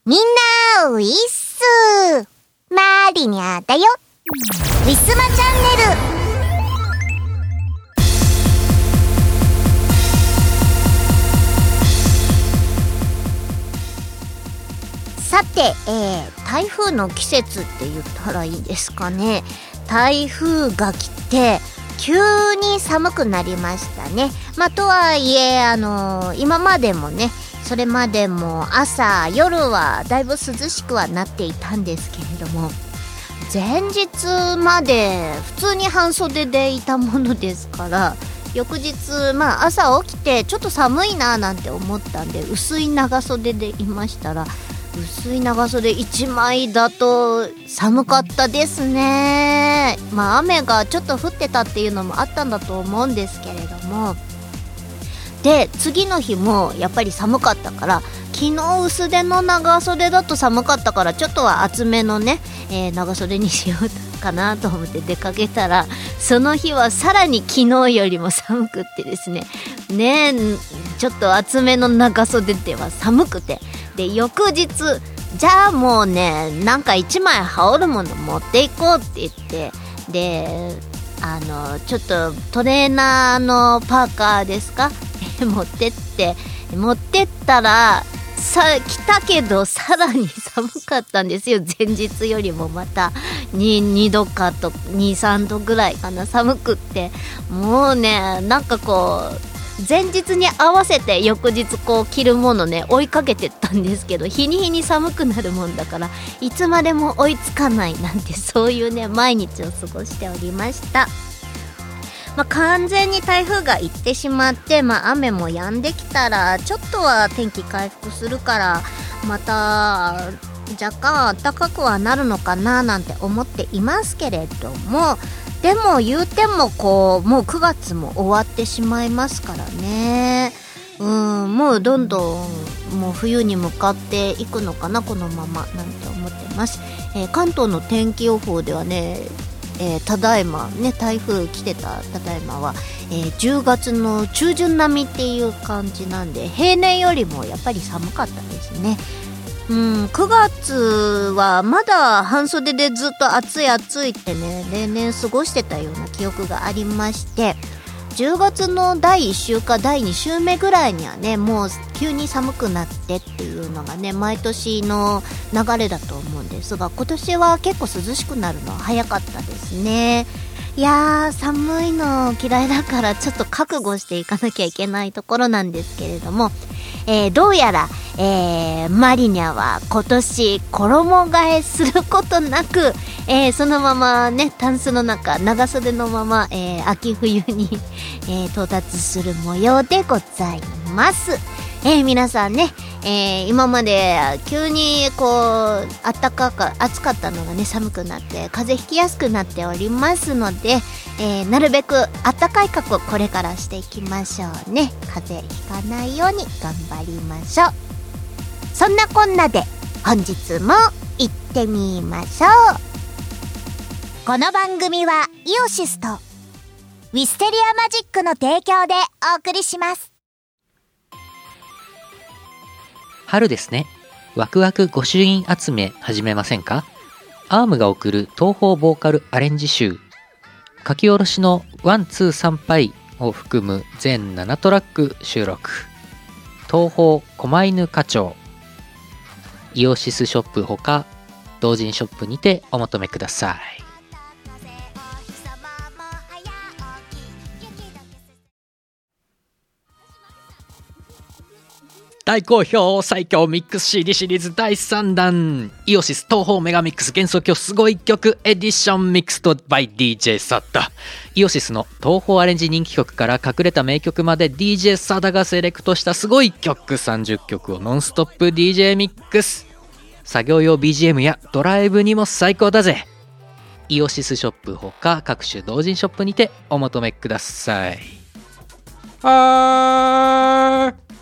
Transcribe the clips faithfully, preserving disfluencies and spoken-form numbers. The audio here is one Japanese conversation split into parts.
みんなウィッスマリニャだよ。ウィスマチャンネル。さて、えー、台風の季節って言ったらいいですかね。台風が来て急に寒くなりましたね。まあとはいえあのー、今までもねそれまでも朝夜はだいぶ涼しくはなっていたんですけれども、前日まで普通に半袖でいたものですから、翌日まあ朝起きてちょっと寒いななんて思ったんで薄い長袖でいましたら、薄い長袖いちまいだと寒かったですね。まあ雨がちょっと降ってたっていうのもあったんだと思うんですけれども、で次の日もやっぱり寒かったから、昨日薄手の長袖だと寒かったからちょっとは厚めのね、えー、長袖にしようかなと思って出かけたら、その日はさらに昨日よりも寒くってですね、ねえちょっと厚めの長袖では寒くて、で翌日じゃあもうねなんかいちまい羽織るもの持っていこうって言って、であのちょっとトレーナーのパーカーですか持ってって持ってったらさ来たけどさらに寒かったんですよ。前日よりもまた に, にどかとにさんどぐらいかな、寒くって、もうねなんかこう前日に合わせて翌日こう着るものね追いかけてったんですけど、日に日に寒くなるもんだからいつまでも追いつかないなんて、そういうね毎日を過ごしておりました。まあ、完全に台風が行ってしまって、まあ、雨も止んできたらちょっとは天気回復するからまた若干暖かくはなるのかななんて思っていますけれども、でも言うてもこうもうくがつも終わってしまいますからね。うんもうどんどんもう冬に向かっていくのかなこのままなんて思ってます。えー、関東の天気予報ではねえー、ただいまね台風来てたただいまは、えー、じゅうがつの中旬並みっていう感じなんで、平年よりもやっぱり寒かったですね。うんくがつはまだ半袖でずっと暑い暑いってね例年過ごしてたような記憶がありまして、じゅうがつのだいいっしゅうかだいにしゅうめぐらいにはねもう急に寒くなってっていうのがね毎年の流れだと思うんですが、今年は結構涼しくなるのは早かったですね。いやー寒いの嫌いだからちょっと覚悟していかなきゃいけないところなんですけれども、えー、どうやら、えー、マリニャは今年衣替えすることなく、えー、そのままねタンスの中長袖のまま、えー、秋冬に、えー、到達する模様でございます。えー、皆さんね、えー、今まで急にこう暖かく暑かったのがね寒くなって風邪ひきやすくなっておりますので、えー、なるべく暖かい格好これからしていきましょうね。風邪ひかないように頑張りましょう。そんなこんなで本日も行ってみましょう。この番組はイオシスとウィステリアマジックの提供でお送りします。 春ですね。ワクワク御朱印集め始めませんか？アームが送る東宝ボーカルアレンジ集、書き下ろしのワン、ツー、サンパイを含む全ななトラック収録。東宝狛犬課長、イオシスショップほか同人ショップにてお求めください。大好評最強ミックス シーディー シリーズだいさんだん、イオシス東宝メガミックス幻想郷すごい曲エディションミックスト by ディージェー サダ。イオシスの東宝アレンジ人気曲から隠れた名曲まで ディージェー サダがセレクトしたすごい曲さんじゅっきょくをノンストップ ディージェー ミックス。作業用 ビージーエム やドライブにも最高だぜ。イオシスショップほか各種同人ショップにてお求めください。はー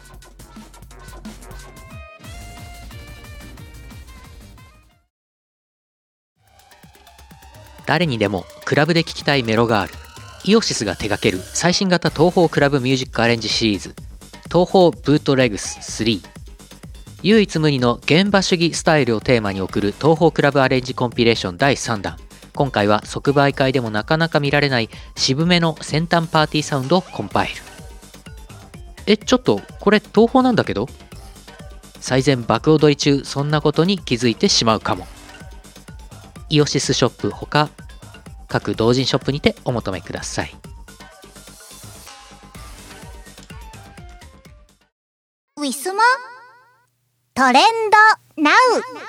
誰にでもクラブで聴きたいメロがある。イオシスが手掛ける最新型東宝クラブミュージックアレンジシリーズ、東宝ブートレグススリー。 唯一無二の現場主義スタイルをテーマに送る東宝クラブアレンジコンピレーションだいさんだん。今回は即売会でもなかなか見られない渋めの先端パーティーサウンドをコンパイル。え、ちょっとこれ東宝なんだけど。最前爆踊り中、そんなことに気づいてしまうかも。イオシスショップほか各同人ショップにてお求めください。 ウィスマトレンドナウ。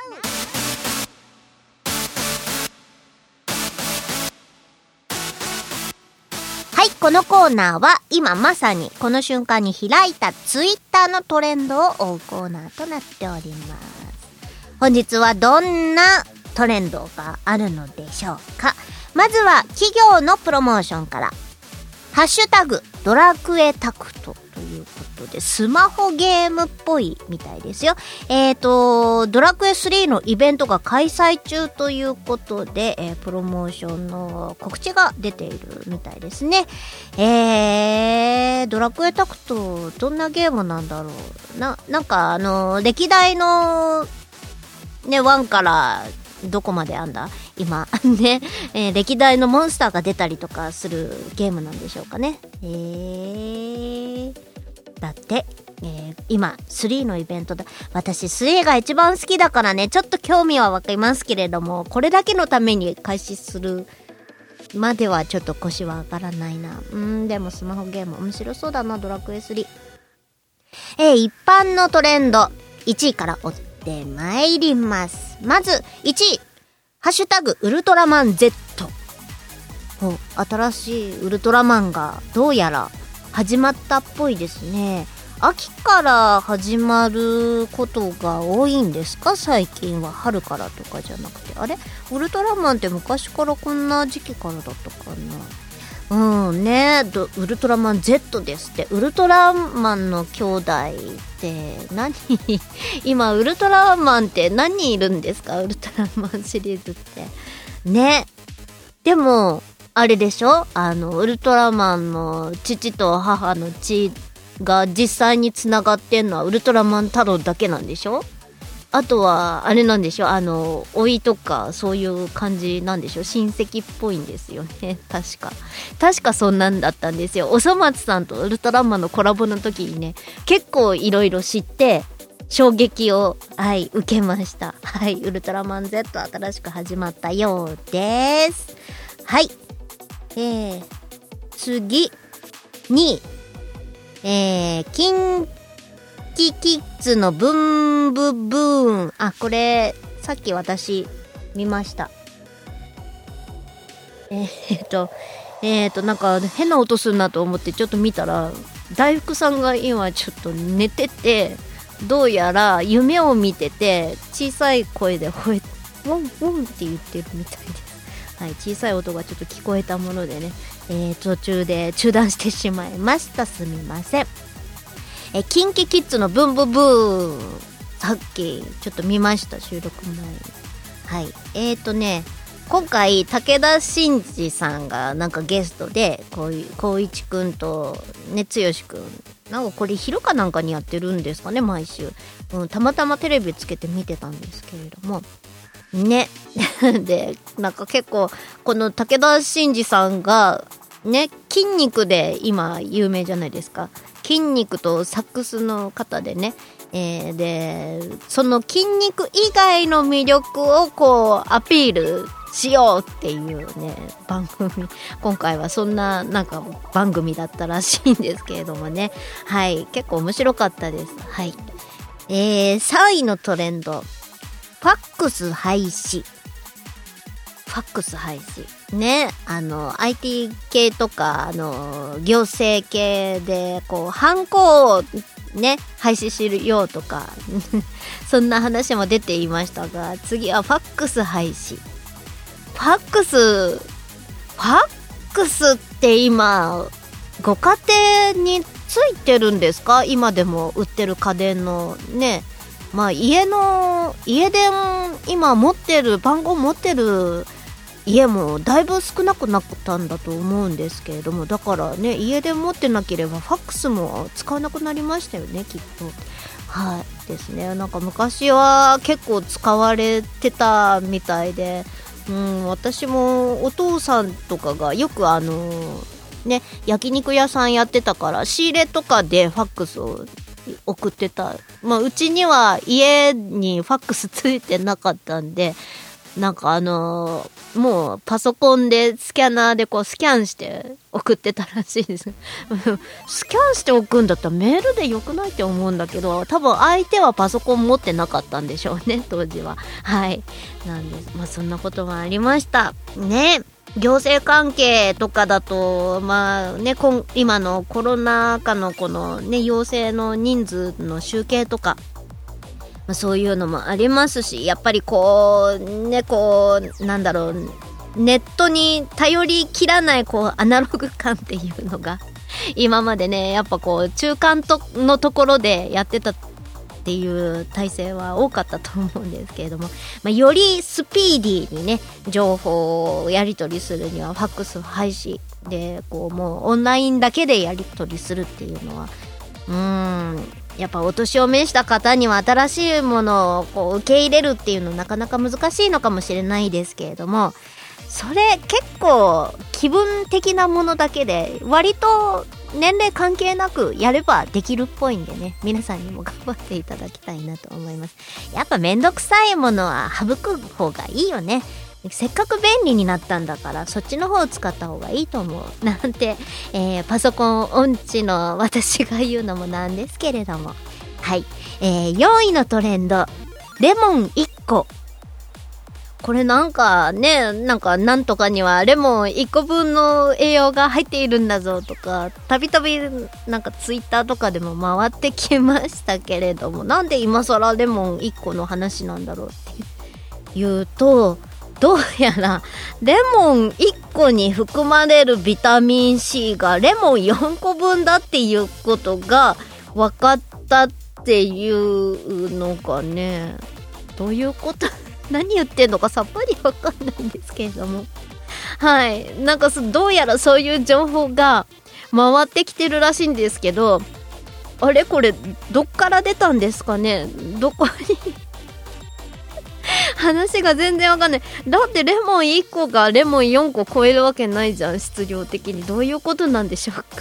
はい、このコーナーは今まさにこの瞬間に開いたツイッターのトレンドを追うコーナーとなっております。本日はどんなトレンドがあるのでしょうか。まずは企業のプロモーションから。ハッシュタグドラクエタクトということで、スマホゲームっぽいみたいですよ。えーとドラクエスリーのイベントが開催中ということで、えー、プロモーションの告知が出ているみたいですね。えー、ドラクエタクトどんなゲームなんだろうな。なんかあの歴代のねワンからどこまであんだ今ね、えー、歴代のモンスターが出たりとかするゲームなんでしょうかね。えー、だって、えー、今スリーのイベントだ。私スリーが一番好きだからね、ちょっと興味はわかりますけれども、これだけのために開始するまではちょっと腰は上がらないな。うん、でもスマホゲーム面白そうだな、ドラクエスリー。えー、一般のトレンドいちいから追ってまいります。まずいちい、ハッシュタグウルトラマン Z。 新しいウルトラマンがどうやら始まったっぽいですね。秋から始まることが多いんですか、最近は。春からとかじゃなくて、あれウルトラマンって昔からこんな時期からだったかな。うんね、ウルトラマン Z ですって。ウルトラマンの兄弟って何今ウルトラマンって何人いるんですか、ウルトラマンシリーズってね。でもあれでしょ、あのウルトラマンの父と母の血が実際につながってんのはウルトラマン太郎だけなんでしょ。あとはあれなんでしょ、あの老いとかそういう感じなんでしょ、親戚っぽいんですよね。確か確かそんなんだったんですよ。おそ松さんとウルトラマンのコラボの時にね、結構いろいろ知って衝撃を、はい、受けました。はい、ウルトラマン Z 新しく始まったようです。はい、えー、次にえー、キンキキッズのブンブブーン。あ、これさっき私見ました。えー、っとえー、っとなんか変な音するなと思ってちょっと見たら、大福さんが今ちょっと寝てて、どうやら夢を見てて小さい声で吠えウォンウォンって言ってるみたいです。はい、小さい音がちょっと聞こえたものでね、えー、途中で中断してしまいました。すみません。えキンキキッズのブンブブーン、さっきちょっと見ました、収録前に。はい、えーとね今回武田真治さんがなんかゲストで、光一くんとね剛くん、なんかこれ昼かなんかにやってるんですかね、毎週、うん、たまたまテレビつけて見てたんですけれどもねでなんか結構この武田真治さんがね筋肉で今有名じゃないですか。筋肉とサックスの方でね、えー、でその筋肉以外の魅力をこうアピールしようっていうね番組、今回はそんななんか番組だったらしいんですけれどもね、はい結構面白かったです。はい、えー、さんいのトレンド、ファックス廃止。ファックス廃止ね、あの アイティー 系とかあの行政系でこうハンコをね廃止しようとかそんな話も出ていましたが、次はファックス廃止。ファックスファックスって今ご家庭についてるんですか？今でも売ってる家電のね、まあ家の家電今持ってる番号持ってる家もだいぶ少なくなったんだと思うんですけれども、だからね家電持ってなければファックスも使わなくなりましたよね、きっと。 はいですね。なんか昔は結構使われてたみたいで、うん、私もお父さんとかがよくあのね焼肉屋さんやってたから仕入れとかでファックスを送ってた。まあうちには家にファックスついてなかったんで、なんかあのー、もうパソコンでスキャナーでこうスキャンして送ってたらしいですスキャンして送るんだったらメールでよくないって思うんだけど、多分相手はパソコン持ってなかったんでしょうね当時は。はいなんです。まあそんなこともありましたね。行政関係とかだとまあね今今のコロナ禍のこのね陽性の人数の集計とかそういうのもありますし、やっぱりこうねこうなんだろうネットに頼りきらないこうアナログ感っていうのが今までねやっぱこう中間とのところでやってたっていう体制は多かったと思うんですけれども、まあ、よりスピーディーにね情報をやり取りするにはファックス廃止でこうもうオンラインだけでやり取りするっていうのはうーんやっぱお年を召した方には新しいものをこう受け入れるっていうのなかなか難しいのかもしれないですけれども、それ結構気分的なものだけで割と年齢関係なくやればできるっぽいんでね、皆さんにも頑張っていただきたいなと思います。やっぱめんどくさいものは省く方がいいよね。せっかく便利になったんだからそっちの方を使った方がいいと思うなんて、えー、パソコン音痴の私が言うのもなんですけれども、はい、えー、よんいのトレンドレモンいっこ。これなんかねなんかなんとかにはレモンいっこぶんの栄養が入っているんだぞとかたびたびなんかツイッターとかでも回ってきましたけれども、なんで今更レモンいっこの話なんだろうっていうと、どうやらレモンいっこに含まれるビタミン C がレモンよんこぶんだっていうことが分かったっていうのがね、どういうこと何言ってんのかさっぱり分かんないんですけれども、はいなんかどうやらそういう情報が回ってきてるらしいんですけど、あれこれどっから出たんですかね、どこに話が全然わかんない。だってレモンいっこがレモンよんこ超えるわけないじゃん質量的に。どういうことなんでしょうか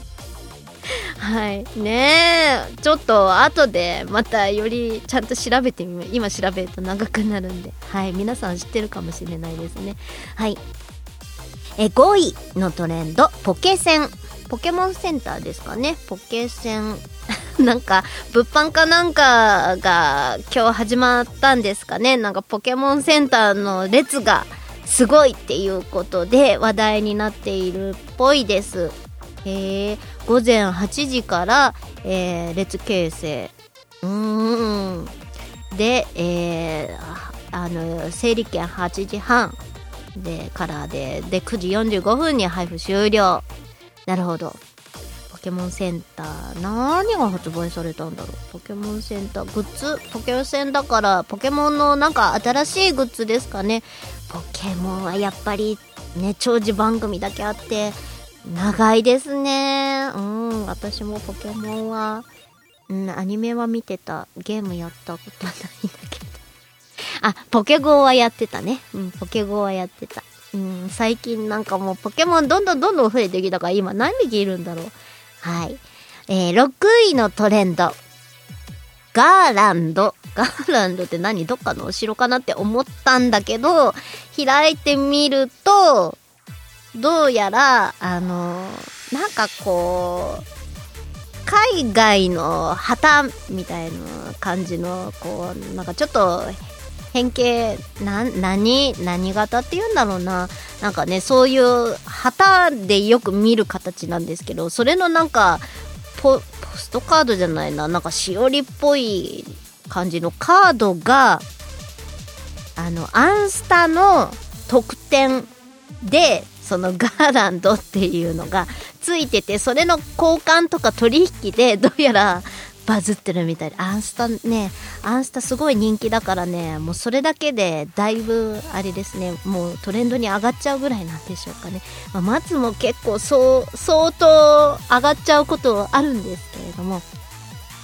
はいねえちょっと後でまたよりちゃんと調べてみます。今調べると長くなるんで、はい皆さん知ってるかもしれないですね。はいえごいのトレンドポケセン。ポケモンセンターですかね。ポケセンなんか物販かなんかが今日始まったんですかね。なんかポケモンセンターの列がすごいっていうことで話題になっているっぽいです。えー、ごぜんはちじから、えー、列形成うーんで、えー、あの整理券はちじはんでからででくじよんじゅうごふんに配布終了。なるほど。ポケモンセンター何が発売されたんだろう。ポケモンセンターグッズポケセンだからポケモンのなんか新しいグッズですかね。ポケモンはやっぱりね長寿番組だけあって長いですね。うん私もポケモンは、うん、アニメは見てた。ゲームやったことないんだけどあポケゴーはやってたね。うんポケゴーはやってた。うん最近なんかもうポケモンどんどんどんどん増えてきたから今何匹いるんだろう。はい、えー、ろくいのトレンドガーランド。ガーランドって何どっかのお城かなって思ったんだけど開いてみるとどうやらあのー、なんかこう海外の旗みたいな感じのこうなんかちょっと変形な何何型っていうんだろうな。なんかねそういう旗でよく見る形なんですけど、それのなんか ポ, ポストカードじゃないな、なんかしおりっぽい感じのカードがあのアンスタの特典でそのガーランドっていうのがついてて、それの交換とか取引でどうやらバズってるみたいで、アンスタねアンスタすごい人気だからね、もうそれだけでだいぶあれですね、もうトレンドに上がっちゃうぐらいなんでしょうかね。まあ、松も結構そう相当上がっちゃうことあるんですけれども、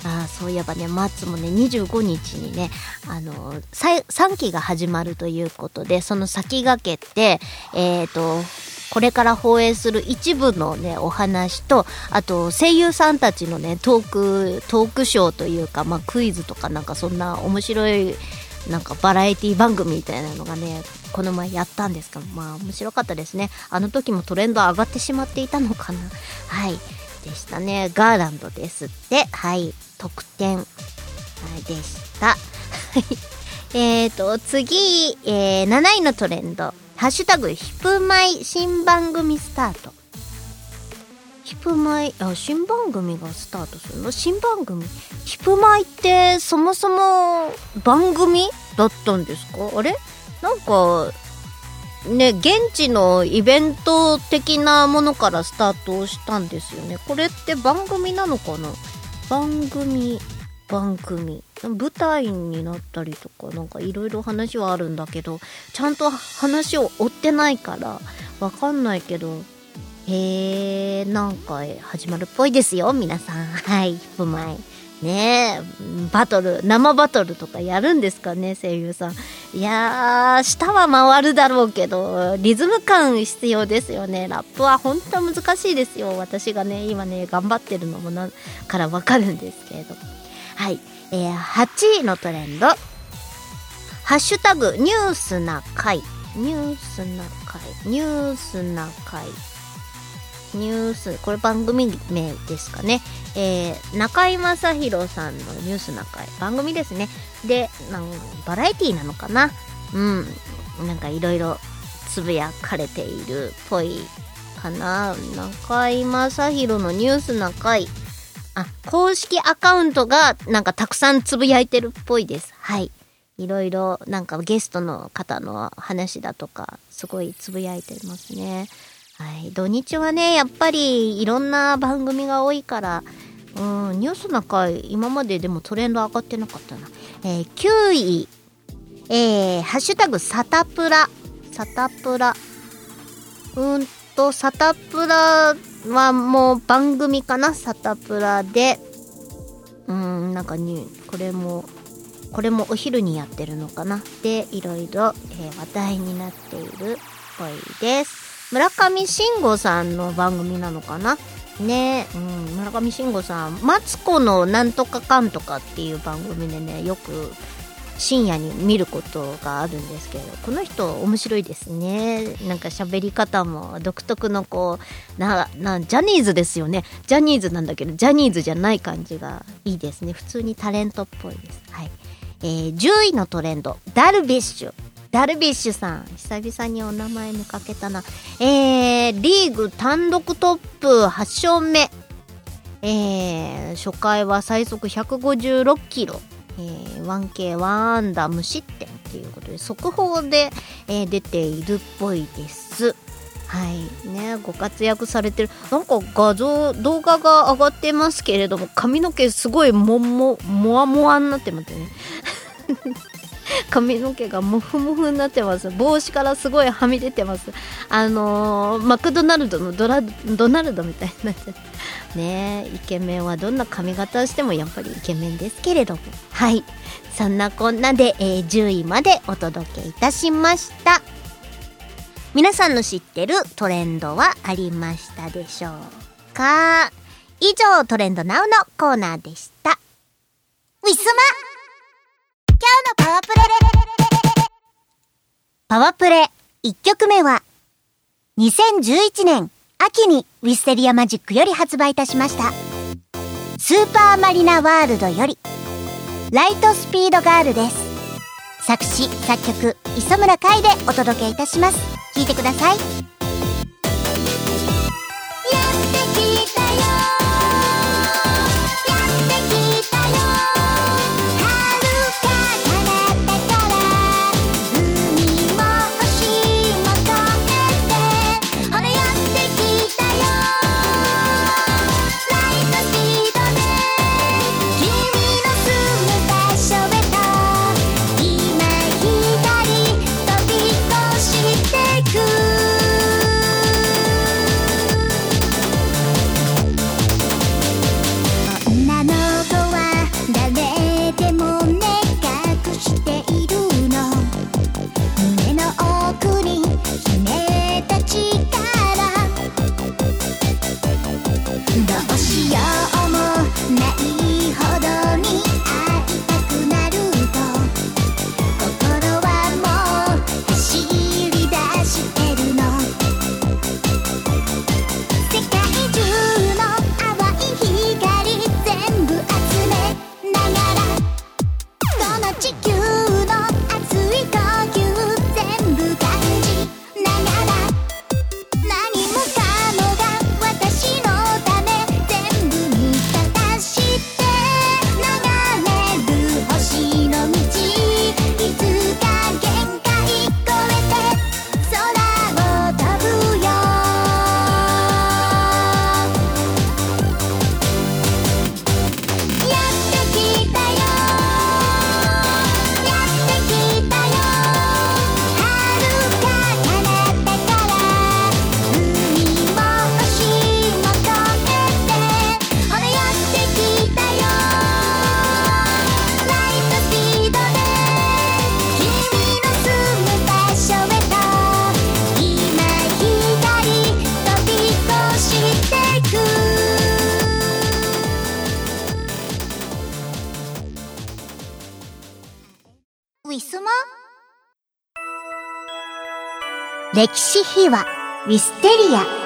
あそういえばね、マッツもねにじゅうごにちにねあのさんきが始まるということで、その先駆けてえっとこれから放映する一部のねお話と、あと声優さんたちのねトークトークショーというか、まあクイズとかなんかそんな面白いなんかバラエティ番組みたいなのがねこの前やったんですが、まあ面白かったですね。あの時もトレンド上がってしまっていたのかな。はいでしたね。ガーランドですって。はい得点、はい、でしたえーと次、えー、なないのトレンド、ハッシュタグヒプマイ新番組スタート。ヒプマイ、あ、新番組がスタートするの？新番組？ヒプマイってそもそも番組だったんですか？あれ？なんかね、現地のイベント的なものからスタートしたんですよね。これって番組なのかな？番組番組舞台になったりとかなんかいろいろ話はあるんだけど、ちゃんと話を追ってないからわかんないけど、へーなんか始まるっぽいですよ皆さん。はい、ヒプマイねえ、バトル生バトルとかやるんですかね声優さん。いやー舌は回るだろうけどリズム感必要ですよね。ラップは本当難しいですよ。私がね今ね頑張ってるのもなからわかるんですけれど。はい、えー、はちいのトレンド、ハッシュタグニュースな会、ニュースな会、ニュースな会、ニュース、これ番組名ですかね。えー、中居正広さんのニュースな会、番組ですね。で、なんバラエティーなのかな。うん、なんかいろいろつぶやかれているっぽいかな。中居正広のニュースな会、あ、公式アカウントがなんかたくさんつぶやいてるっぽいです。はい。いろいろなんかゲストの方の話だとかすごいつぶやいてますね。はい。土日はねやっぱりいろんな番組が多いから、うん、ニュースなんか今まででもトレンド上がってなかったな。えー、きゅうい、えー、ハッシュタグサタプラ、サタプラ、うんとサタプラはもう番組かな。サタプラでうんなんかにこれもこれもお昼にやってるのかな。でいろいろ、えー、話題になっているっぽいです。村上信五さんの番組なのかなね。うん、村上信五さん、マツコのなんとかかんとかっていう番組でねよく深夜に見ることがあるんですけど、この人面白いですね。なんか喋り方も独特のこうななジャニーズですよね。ジャニーズなんだけどジャニーズじゃない感じがいいですね。普通にタレントっぽいです。はい、えー、じゅういのトレンド、ダルビッシュ、ダルビッシュさん、久々にお名前見かけたな。えー、リーグ単独トップはち勝目、えー、初回は最速ひゃくごじゅうろっキロ、えー、ワンケーワンアンダー無失点ということで速報で、えー、出ているっぽいです。はいね、ご活躍されてる。なんか画像動画が上がってますけれども、髪の毛すごいもももわもわになってますね髪の毛がモフモフになってます。帽子からすごいはみ出てます。あのー、マクドナルドのドラドナルドみたいになっちゃってね。イケメンはどんな髪型してもやっぱりイケメンですけれども、はい、そんなこんなで、えー、じゅういまでお届けいたしました。皆さんの知ってるトレンドはありましたでしょうか。以上トレンドナウのコーナーでした。ウィスマ今日のパワープレパワープレいっきょくめはにせんじゅういちねん秋にウィステリアマジックより発売いたしましたスーパーマリナワールドよりライトスピードガールです。作詞作曲磯村海でお届けいたします。聴いてください。やってきたよィスマ歴史秘話ウィステリア。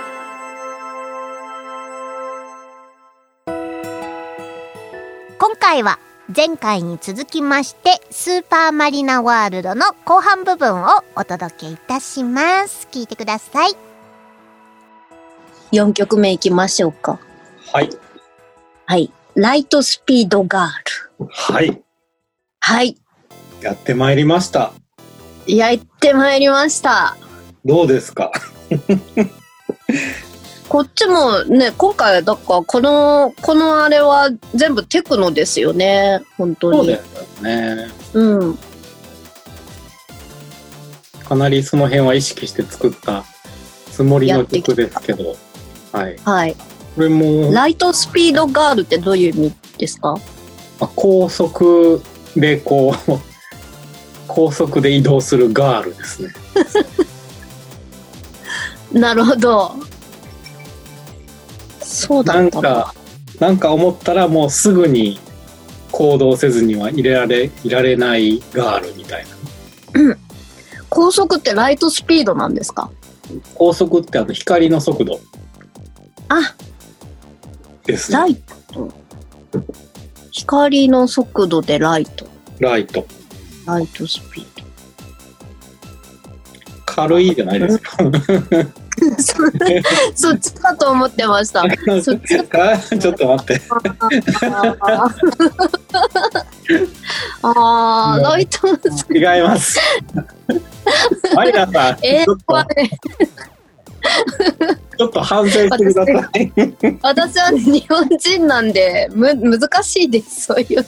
今回は前回に続きましてスーパーマリナワールドの後半部分をお届けいたします。聞いてください。 よんきょくめいきましょうか。 はいはい。ライトスピードガール。 はいはい。 やってまいりました。 やってまいりました。 どうですか？ こっちもね、今回だからこのこのあれは全部テクノですよね、本当に。 そうですよね。 うん。 かなりその辺は意識して作ったつもりの曲ですけど、はい。 はい。 これもライトスピードガールってどういう意味ですか？ 高速でこう高速で移動するガールですね。 なるほど。そうだったな。 なんかなんか思ったらもうすぐに行動せずには入れられいられないガールみたいな。 うん。高速ってライトスピードなんですか？ 高速ってあの光の速度あ、 ですね。 ライト。光の速度でライト。 ライト。 ライトスピード。 軽いじゃないですか。 そっちかと思ってました。そっちかちょっと待って。 ああ、ライト違います。マリナさん、 えー、 ちょっとちょっと反省してください。 私は日本人なんでむ難しいです、そういう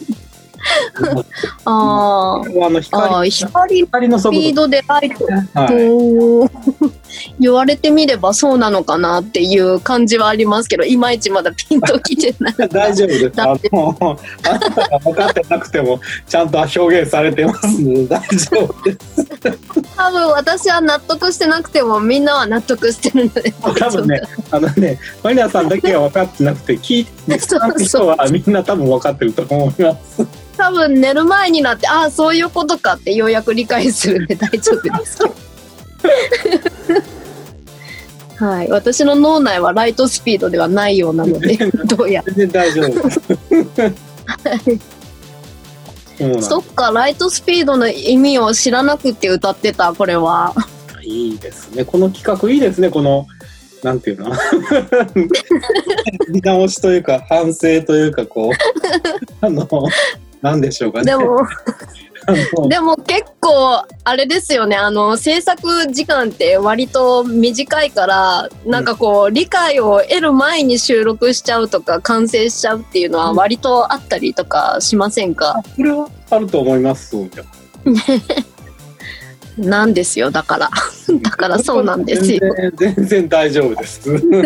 あーあの光あ、光光の速度スピードでライト、 はい、 言われてみればそうなのかなっていう感じはありますけど、いまいちまだピンときてない。 大丈夫です。あのあなたが分かってなくてもちゃんと表現されてますので大丈夫です。 多分私は納得してなくてもみんなは納得してるので多分ね、あのね、マリナさんだけは分かってなくて聞いてる人はみんな多分分かってると思います。 多分寝る前になってああそういうことかってようやく理解するんで大丈夫ですはい、私の脳内はライトスピードではないようなのでどうや全然大丈夫ですそっか、ライトスピードの意味を知らなくて歌ってた。これはいいですね、この企画いいですね。このなんていうの見直しというか反省というかこうあのなんでしょうかね。 でもでも結構あれですよね、あの制作時間って割と短いからなんかこう、うん、理解を得る前に収録しちゃうとか完成しちゃうっていうのは割とあったりとかしませんか？ これはあると思いますなんですよ、だからだからそうなんですよ。 全然、全然大丈夫です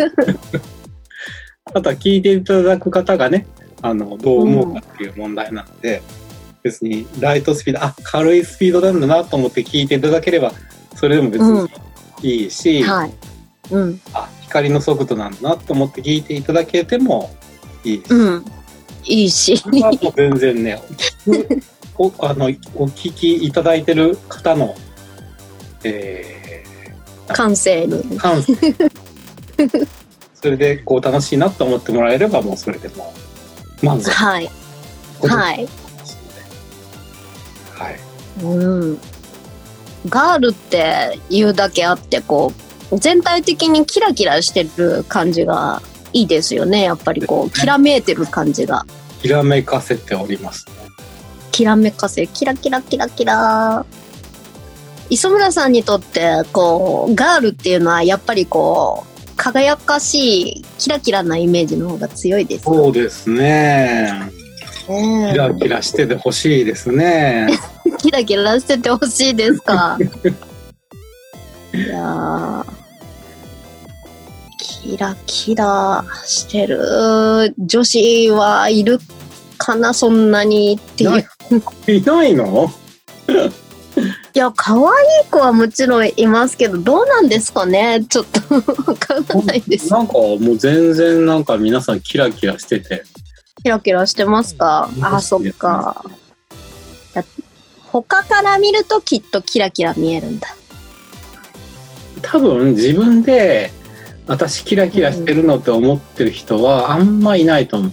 あとは聞いていただく方がね、あのどう思うかっていう問題なので、うん、別にライトスピード、あ、軽いスピードなんだなと思って聞いていただければそれでも別にいいし、うん、はい、うん、あ、光の速度なんだなと思って聞いていただけてもいいし、うん、 いいしもう全然ねお, あのお聞きいただいてる方の、えー、感性に感性それでこう楽しいなと思ってもらえればもうそれでも満足。 はいはいはい、 うん、ガールっていうだけあってこう全体的にキラキラしてる感じがいいですよね。やっぱりこうきらめいてる感じがきらめかせておりますね。 きらめかせ、キラキラキラキラ。磯村さんにとってこうガールっていうのはやっぱりこう輝かしいキラキラなイメージの方が強いですか？ そうですね、キラキラしててほしいですねキラキラしててほしいですかいやキラキラしてる女子はいるかな、そんなにっていういないのいや、可愛い子はもちろんいますけど、どうなんですかね、ちょっとわからないです。 なんかもう全然なんか皆さんキラキラしてて。 キラキラしてますか？あ、そっか。 他から見るときっとキラキラ見えるんだ。 多分自分で私キラキラしてるのって思ってる人はあんまいないと思う。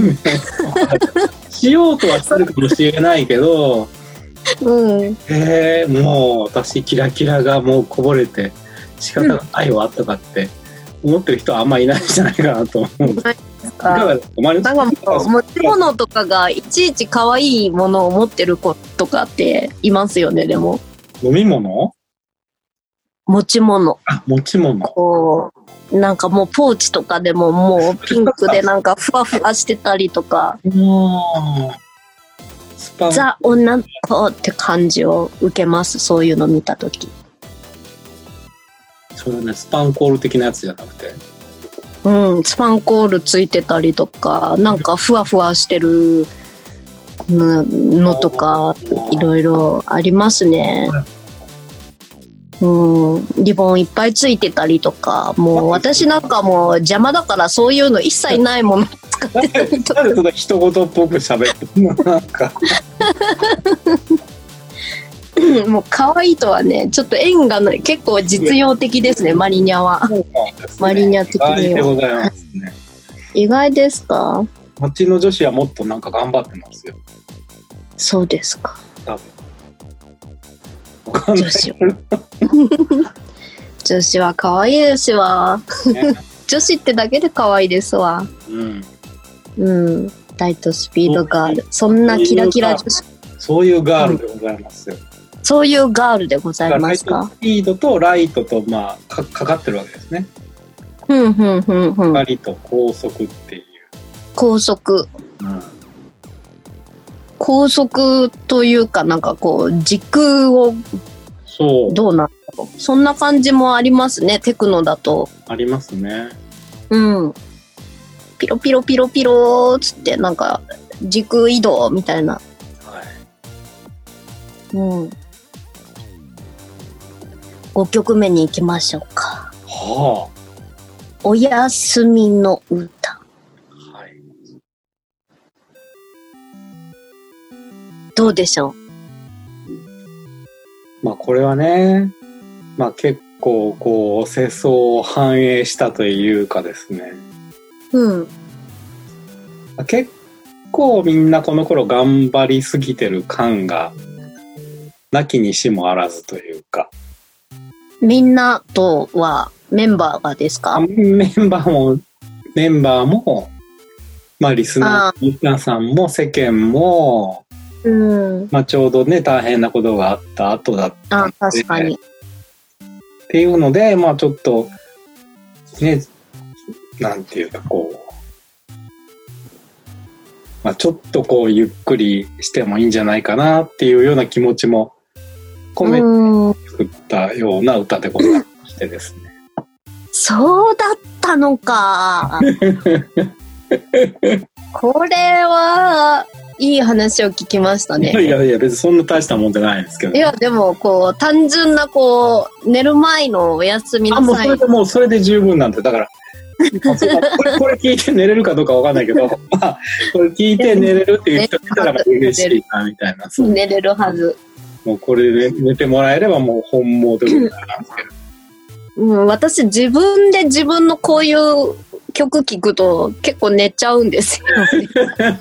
しようとはしてるかもしれないけど、 うん。 えー、もう私キラキラがもうこぼれて仕方がないわとかって思ってる人はあんまいないんじゃないかなと思う。いかがですか？なんかもう持ち物とかがいちいち可愛いものを持ってる子とかっていますよね。でも飲み物？ 持ち物。 あ、持ち物。 こうなんかもうポーチとかでももうピンクでなんかふわふわしてたりとか。 スパンザ女の子って感じを受けます。そういうの見たとき。 それね、スパンコール的なやつじゃなくて。 うん、スパンコールついてたりとか、なんかふわふわしてるのとか、いろいろありますね。うん、リボンいっぱいついてたりとか、もう私なんかもう邪魔だからそういうの一切ないもの使ってたりとか。 なんでそんな人事っぽく喋ってるの？なんかもう可愛いとはね、ちょっと縁がない、結構実用的ですね、マリニャは。 そうなんですね、 マリニャ的には。 意外でございますね。 意外ですか？ 町の女子はもっとなんか頑張ってますよ。 そうですか。 多分。わかんない女子は女子は可愛いですわ。 ね、 女子ってだけで可愛いですわ。 うん。 うん。ライトスピードガール。そんなキラキラ女子。 そういうガールでございますよ。 そういうガールでございますか。 ライトスピードとライトと、まあ、か, かかってるわけですね。 ふんふんふんふん。 光と高速っていう。 高速。 うん、 高速というか、なんかこう、時空を、 そう。 どうなんだろう。そんな感じもありますね、テクノだと。 ありますね。 うん。ピロピロピロピローつって、なんか、時空移動みたいな。 はい。 うん。ごきょくめに行きましょうか。 はあ。おやすみの歌。 はい。 どうでしょう？ まあこれはね、まあ結構こう世相を反映したというかですね。 うん。 結構みんなこの頃頑張りすぎてる感がなきにしもあらずというか。 みんなとはメンバーがですか？ メンバーも、メンバーも、まあリスナー、リスナーさんも世間も、 うん、 まあちょうどね、大変なことがあった後だったので。 あ、確かに。 っていうので、まあちょっと、ね、なんていうかこう、まあちょっとこうゆっくりしてもいいんじゃないかなっていうような気持ちも込めて作ったような歌でございましてですね。 そうだったのか。これはいい話を聞きましたね。 いやいや別にそんな大したもんじゃないんですけど、ね。 いやでもこう単純なこう寝る前のお休みの際。 あもうそれでもうそれで十分なんでだから。これ、これ聞いて寝れるかどうかわかんないけど、まあ、これ聞いて寝れるっていう人がいたら嬉しいなみたいな。 寝れるはず。 もうこれで寝てもらえればもう本望でございますけど。 うん、私自分で自分のこういう曲聞くと結構寝ちゃうんですよ、ね。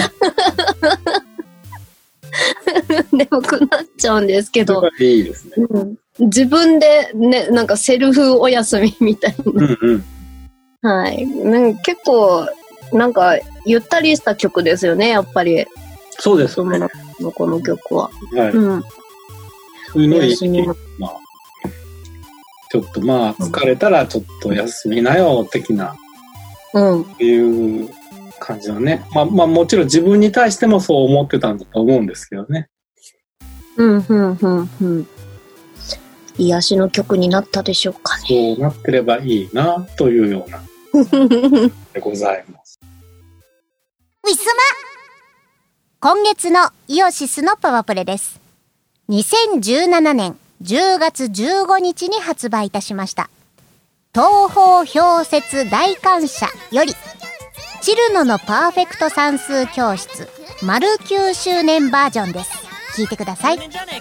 眠くなっちゃうんですけど。 いいですね。 うん、自分でね、なんかセルフお休みみたいな。 うんうんはい。なんか結構、なんか、ゆったりした曲ですよね、やっぱり。 そうですね。 この曲は。 はい。 うん。 そういうのいい。まあ、ちょっとまあ、疲れたらちょっと休みなよ、的な。 うん。 いう感じのね。まあまあ、もちろん自分に対してもそう思ってたんだと思うんですけどね。 うん、うん、うん、うん。癒しの曲になったでしょうかね。 そうなってればいいな、というような。でございます。 ウィスマ今月のイオシスのパワプレです。にせんじゅうななねんじゅうがつじゅうごにちに発売いたしました。東方氷雪大感謝よりチルノのパーフェクト算数教室丸きゅうしゅうねんバージョンです。 聞いてください。 ギリギリ綱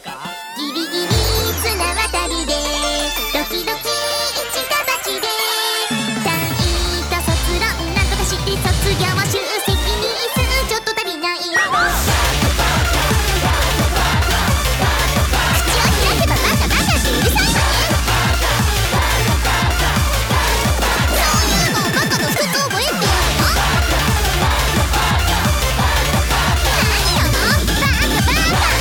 渡りでドキドキ一か八で単位と卒論なんとかして卒業出席日数ちょっと足りない口を開けばバカバカってうるさいわね。そういうのをバカのふつ覚えっていうの？何よバカバカ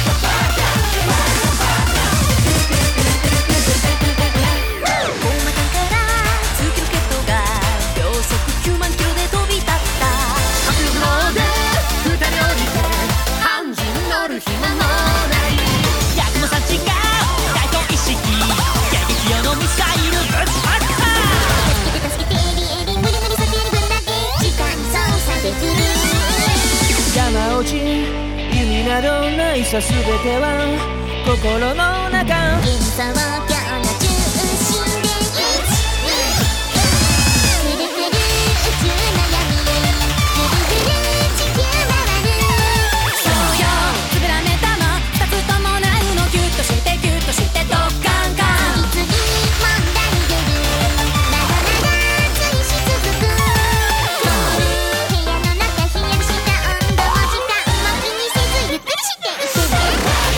山落ち弓などないさすべては心の中幻想郷の中心でふるふる宇宙の闇ふるふる地球回るそうよつぶらね玉二つともないのギュッとしてギュッとしてドッカンカン次々問題出るまだまだ追し続く部屋の中ひんやりした温度も時間も気にせずゆっくりしていってね。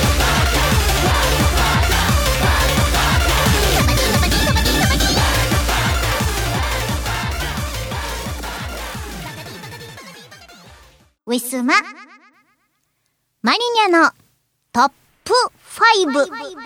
ウィスママリニャのトップファイブ。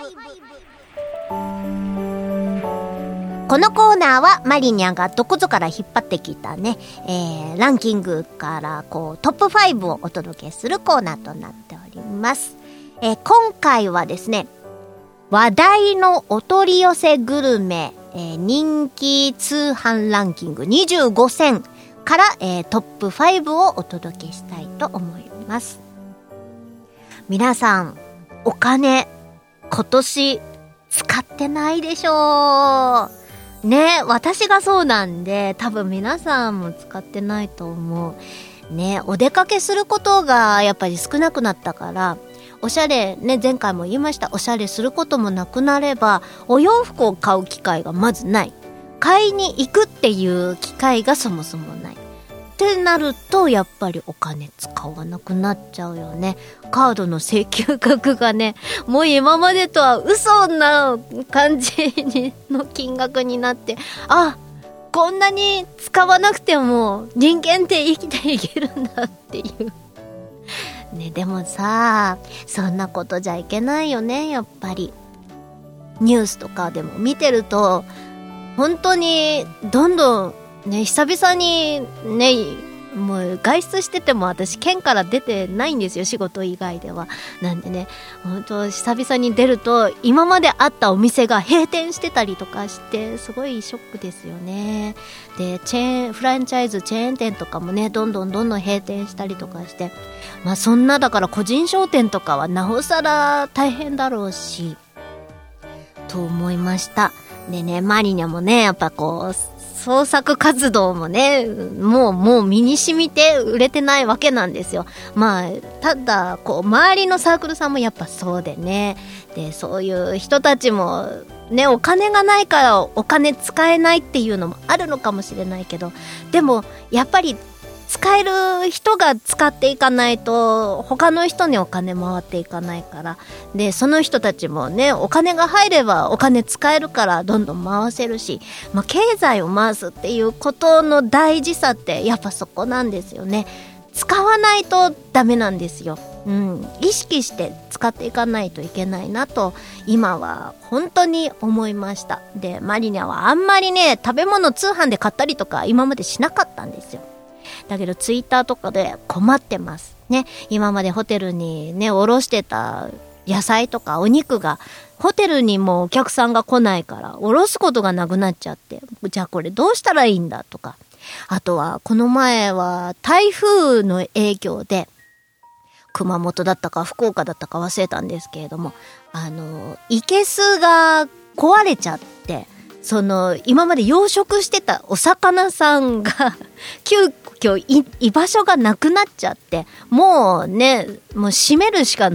このコーナーはマリニャがどこぞから引っ張ってきたね、えー、ランキングからこうトップファイブをお届けするコーナーとなっております。えー、今回はですね、話題のお取り寄せグルメ、えー、人気通販ランキングにじゅうごせんから、えー、トップファイブをお届けしたいと思います。皆さんお金今年使ってないでしょうね。私がそうなんで多分皆さんも使ってないと思うね。お出かけすることがやっぱり少なくなったから、おしゃれね、前回も言いました、おしゃれすることもなくなればお洋服を買う機会がまずない、買いに行くっていう機会がそもそもないってなると、やっぱりお金使わなくなっちゃうよね。カードの請求額がね、もう今までとは嘘な感じにの金額になって、あ、こんなに使わなくても人間って生きていけるんだっていうね。でもさ、そんなことじゃいけないよね。やっぱりニュースとかでも見てると、本当にどんどんね、久々にね、もう外出してても私県から出てないんですよ、仕事以外では。なんでね、本当久々に出ると今まであったお店が閉店してたりとかして、すごいショックですよね。で、チェーンフランチャイズチェーン店とかもね、どんどんどんどん閉店したりとかして、まあそんなだから個人商店とかはなおさら大変だろうしと思いました。でね、マリニャもね、やっぱこう創作活動もね、もうもう身に染みて売れてないわけなんですよ。まあただこう周りのサークルさんもやっぱそうでね、でそういう人たちもね、お金がないからお金使えないっていうのもあるのかもしれないけど、でもやっぱり使える人が使っていかないと他の人にお金回っていかないから、でその人たちもね、お金が入ればお金使えるからどんどん回せるし、まあ、経済を回すっていうことの大事さってやっぱそこなんですよね。使わないとダメなんですよ。うん、意識して使っていかないといけないなと今は本当に思いました。でマリニャはあんまりね、食べ物通販で買ったりとか今までしなかったんですよ。だけどツイッターとかで困ってますね。今までホテルにねおろしてた野菜とかお肉がホテルにもお客さんが来ないからおろすことがなくなっちゃって、じゃあこれどうしたらいいんだとか、あとはこの前は台風の影響で熊本だったか福岡だったか忘れたんですけれども、あの生けすが壊れちゃって、その今まで養殖してたお魚さんが急遽居場所がなくなっちゃって、もうね、もう閉めるしかない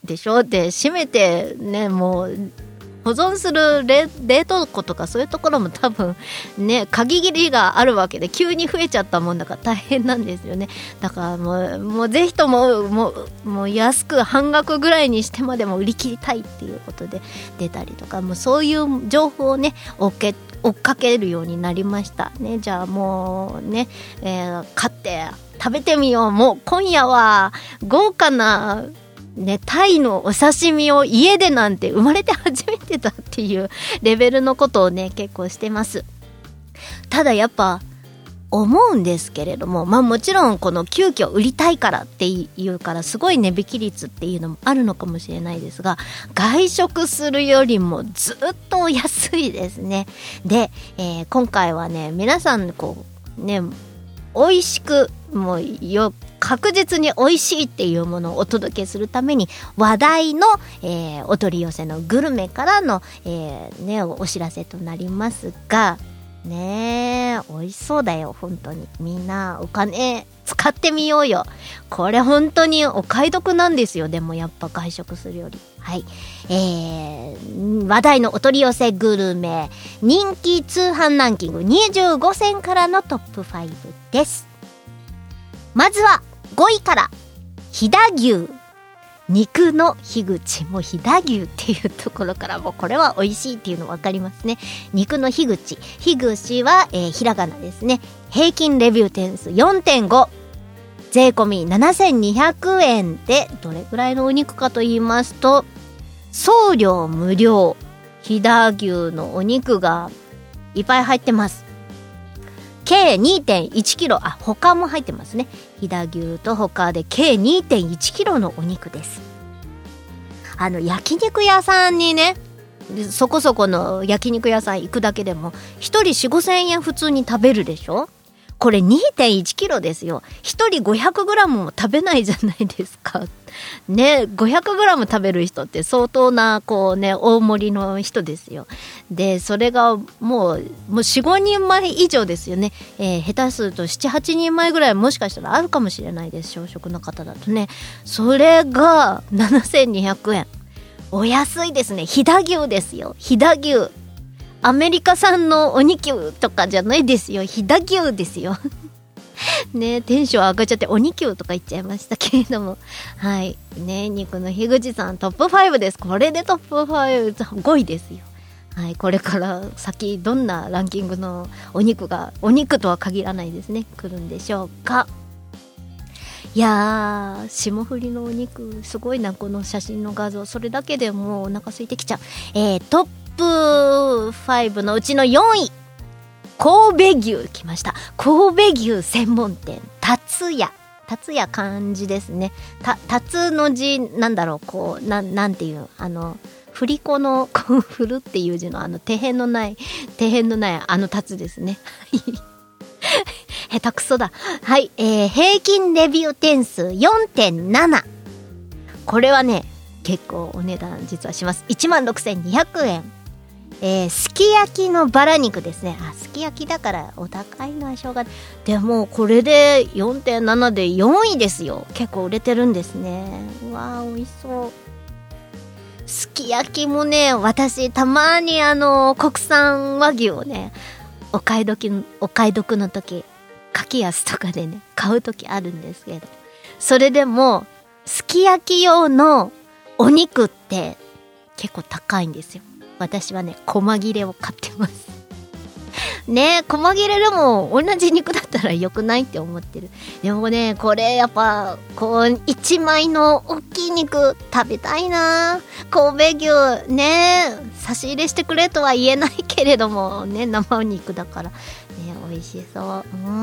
でしょ。で閉めてね、もう保存する 冷, 冷凍庫とかそういうところも多分ね限りがあるわけで、急に増えちゃったもんだから大変なんですよね。だからもうもうぜひとももうもう安く半額ぐらいにしてまでも売り切りたいっていうことで出たりとか、もうそういう情報をね追っけ追っかけるようになりましたね。じゃあもうね、えー、買って食べてみよう。もう今夜は豪華なね、タイのお刺身を家でなんて生まれて初めてだっていうレベルのことをね結構してます。ただやっぱ思うんですけれども、まあもちろんこの急遽売りたいからっていうからすごい値引き率っていうのもあるのかもしれないですが、外食するよりもずっと安いですね。で、えー、今回はね皆さんこうね美味しくもうよ確実に美味しいっていうものをお届けするために話題の、えー、お取り寄せのグルメからの、えーね、お知らせとなりますがねえ、美味しそうだよ本当に。みんなお金使ってみようよ。これ本当にお買い得なんですよ。でもやっぱ外食するより。はい、えー、話題のお取り寄せグルメ人気通販ランキングにじゅうごせんからのトップファイブです。まずはごいから飛騨牛。肉の樋口、もう飛騨牛っていうところからもうこれは美味しいっていうの分かりますね。肉の樋口、樋口は、えー、ひらがなですね。平均レビュー点数 よんてんご、 税込みななせんにひゃくえんで、どれぐらいのお肉かと言いますと送料無料、飛騨牛のお肉がいっぱい入ってます。計 にてんいちキロ、あ、他も入ってますね。飛騨牛と他で計 にてんいちキロのお肉です。あの焼肉屋さんにね、そこそこの焼肉屋さん行くだけでもひとり よん、ごせんえん普通に食べるでしょ。これ にてんいちキロですよ。ひとり ごひゃくグラムも食べないじゃないですかね。ごひゃくグラム食べる人って相当なこうね大盛りの人ですよ。でそれがもうもう よん、ごにんまえ以上ですよね。えー、下手するとなな、はちにんまえぐらいもしかしたらあるかもしれないです。小食の方だとね。それがななせんにひゃくえん、お安いですね。飛騨牛ですよ。飛騨牛、アメリカ産のお肉とかじゃないですよ。飛騨牛ですよね、テンション上がっちゃってお肉とか言っちゃいましたけれども、はいね、肉の樋口さんトップファイブです。これでトップファイブごいですよ。はい、これから先どんなランキングのお肉が、お肉とは限らないですね、来るんでしょうか。いやー、霜降りのお肉すごいな。この写真の画像、それだけでもうお腹空いてきちゃう。えー、トップファイブのうちのよんい、神戸牛来ました。神戸牛専門店達也。達也漢字ですね。た達の字なんだろう、こうななんていうあの振り子のこう振るっていう字のあの手辺のない手辺のないあの達ですね下手くそだ。はい、えー、平均レビュー点数 よんてんなな。 これはね結構お値段実はします。いちまんろくせんにひゃくえん。えー、すき焼きのバラ肉ですね。あ、すき焼きだからお高いのはしょうがない。でもこれで よんてんなな でよんいですよ。結構売れてるんですね。うわー、美味しそう。すき焼きもね、私たまにあの国産和牛をね、お買い得お買い得の時、柿安とかでね買う時あるんですけど、それでもすき焼き用のお肉って結構高いんですよ。私はね細切れを買ってますね。細切れでも同じ肉だったら良くないって思ってる。でもねこれやっぱこう一枚の大きい肉食べたいな。神戸牛ね、差し入れしてくれとは言えないけれどもね、生肉だからね、美味しそう。うん、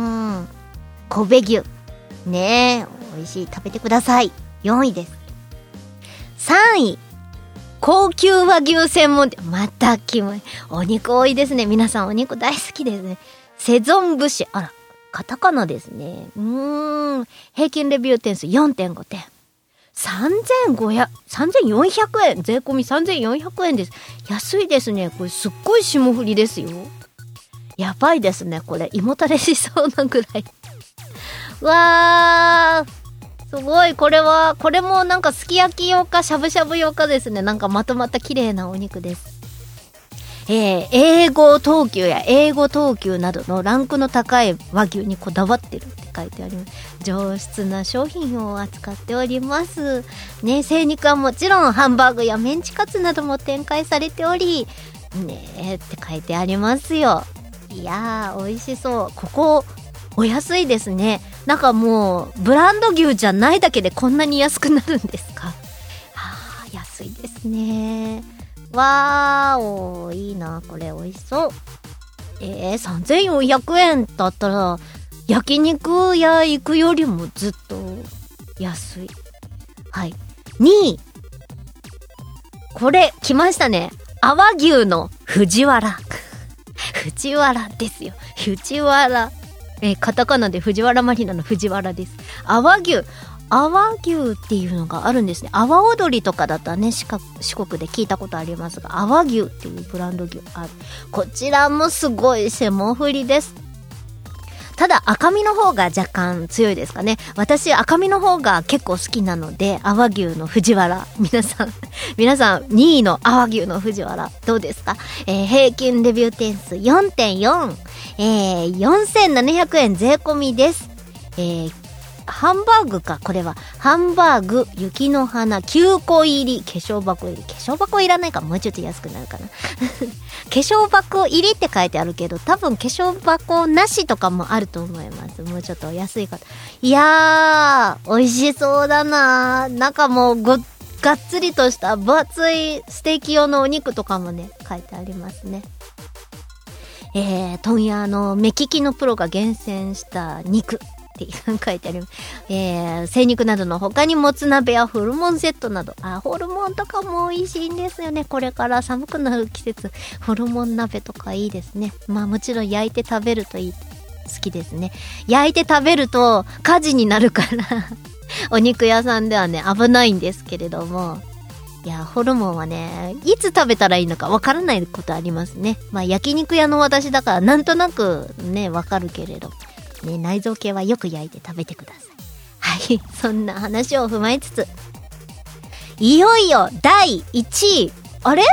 神戸牛ね、美味しい、食べてください。よんいです。さんい、高級和牛専門店。またキモい。お肉多いですね。皆さんお肉大好きですね。セゾン節。あら、カタカナですね。うーん。平均レビュー点数 よんてんごてん。さんぜんごひゃく、さんぜんよんひゃくえん。税込みさんぜんよんひゃくえんです。安いですね。これすっごい霜降りですよ。やばいですね。これ胃もたれしそうなぐらい。わー。 すごい。これはこれもなんかすき焼き用かしゃぶしゃぶ用かですね。なんかまとまった綺麗なお肉です。えー、英語等級や英語等級などのランクの高い和牛にこだわってるって書いてあります。上質な商品を扱っておりますね。精肉はもちろんハンバーグやメンチカツなども展開されておりねえって書いてありますよ。いやー美味しそう。ここお安いですね。なんかもうブランド牛じゃないだけでこんなに安くなるんですか。はー安いですね。わーおいいな。これ美味しそう。えー、さんぜんよんひゃくえんだったら焼肉屋行くよりもずっと安い。はい。にい、これ来ましたね。阿波牛の藤原藤原ですよ。藤原、えー、カタカナで藤原マリナの藤原です。阿波牛、阿波牛っていうのがあるんですね。阿波踊りとかだったらね、四国で聞いたことありますが、阿波牛っていうブランド牛ある。こちらもすごい霜降りです。ただ赤身の方が若干強いですかね。私赤身の方が結構好きなので、阿波牛の藤原、皆さん皆さんにいの阿波牛の藤原どうですか。えー、平均レビュー点数 よんてんよん、えー、よんせんななひゃくえん税込みです。えーハンバーグか。これはハンバーグ雪の花きゅうこ入り、化粧箱入り、化粧箱いらないか、もうちょっと安くなるかな化粧箱入りって書いてあるけど、多分化粧箱なしとかもあると思います。もうちょっと安い方。いやー美味しそうだな。なんかもうごがっつりとした分厚いステーキ用のお肉とかもね書いてありますね。えー、問屋の目利きのプロが厳選した肉って書いてある。えー、精肉などの他にもつ鍋やホルモンセットなど、あ、ホルモンとかも美味しいんですよね。これから寒くなる季節、ホルモン鍋とかいいですね。まあもちろん焼いて食べるといい、好きですね。焼いて食べると火事になるからお肉屋さんではね危ないんですけれども、いやホルモンはねいつ食べたらいいのかわからないことありますね。まあ焼肉屋の私だからなんとなくねわかるけれどね、内臓系はよく焼いて食べてください。はい、そんな話を踏まえつつ、いよいよだいいちい、あれ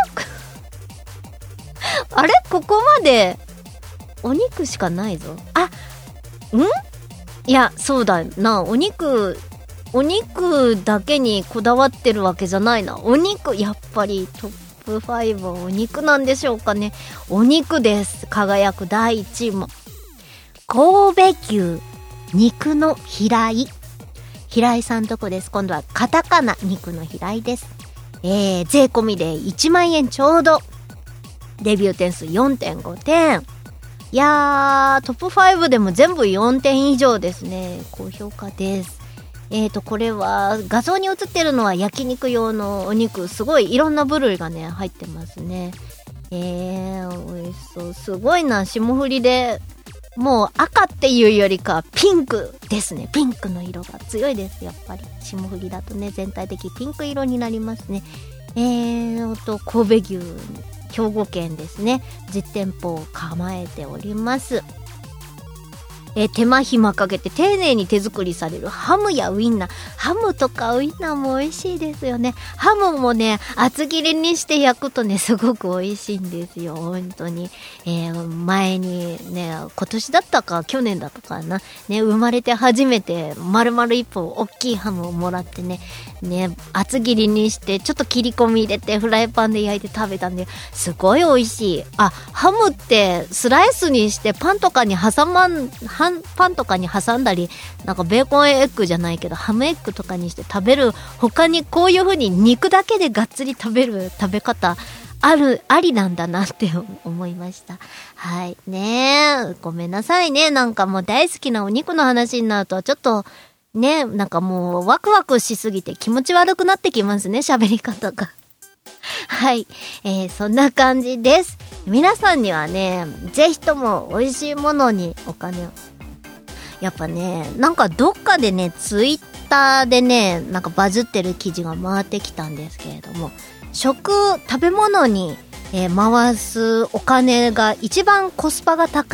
あれここまでお肉しかないぞ。あ、ん？いや、そうだな、お肉お肉だけにこだわってるわけじゃないな。お肉、やっぱりトップごはお肉なんでしょうかね。お肉です。輝くだいいちいも神戸牛肉の平井、平井さんとこです。今度はカタカナ肉の平井です。えー、税込みでいちまんえんちょうど、レビュー点数 よんてんごてん。いやートップごでも全部よんてん以上ですね。高評価です。えーとこれは画像に写ってるのは焼肉用のお肉、すごいいろんな部類がね入ってますね。えー、美味しそう。すごいな、霜降りでもう赤っていうよりかピンクですね。ピンクの色が強いです。やっぱり霜降りだとね全体的ピンク色になりますね。えーと神戸牛兵庫県ですね、実店舗を構えております。えー、手間暇かけて丁寧に手作りされるハムやウインナー、ハムとかウインナーも美味しいですよね。ハムもね厚切りにして焼くとねすごく美味しいんですよ本当に。えー、前にね今年だったか去年だったかなね、生まれて初めて丸々一本大きいハムをもらってねね厚切りにしてちょっと切り込み入れてフライパンで焼いて食べたんですごい美味しい。あ、ハムってスライスにしてパンとかに挟まんパンとかに挟んだり、なんかベーコンエッグじゃないけどハムエッグとかにして食べる他にこういう風に肉だけでがっつり食べる食べ方あるありなんだなって思いました。はいねえ、ごめんなさいね。なんかもう大好きなお肉の話になるとちょっとね、なんかもうワクワクしすぎて気持ち悪くなってきますね、喋り方が。はい、えー、そんな感じです。皆さんにはねぜひとも美味しいものにお金を、やっぱねなんかどっかでねツイッターでねなんかバズってる記事が回ってきたんですけれども、食食べ物に、えー、回すお金が一番コスパが高い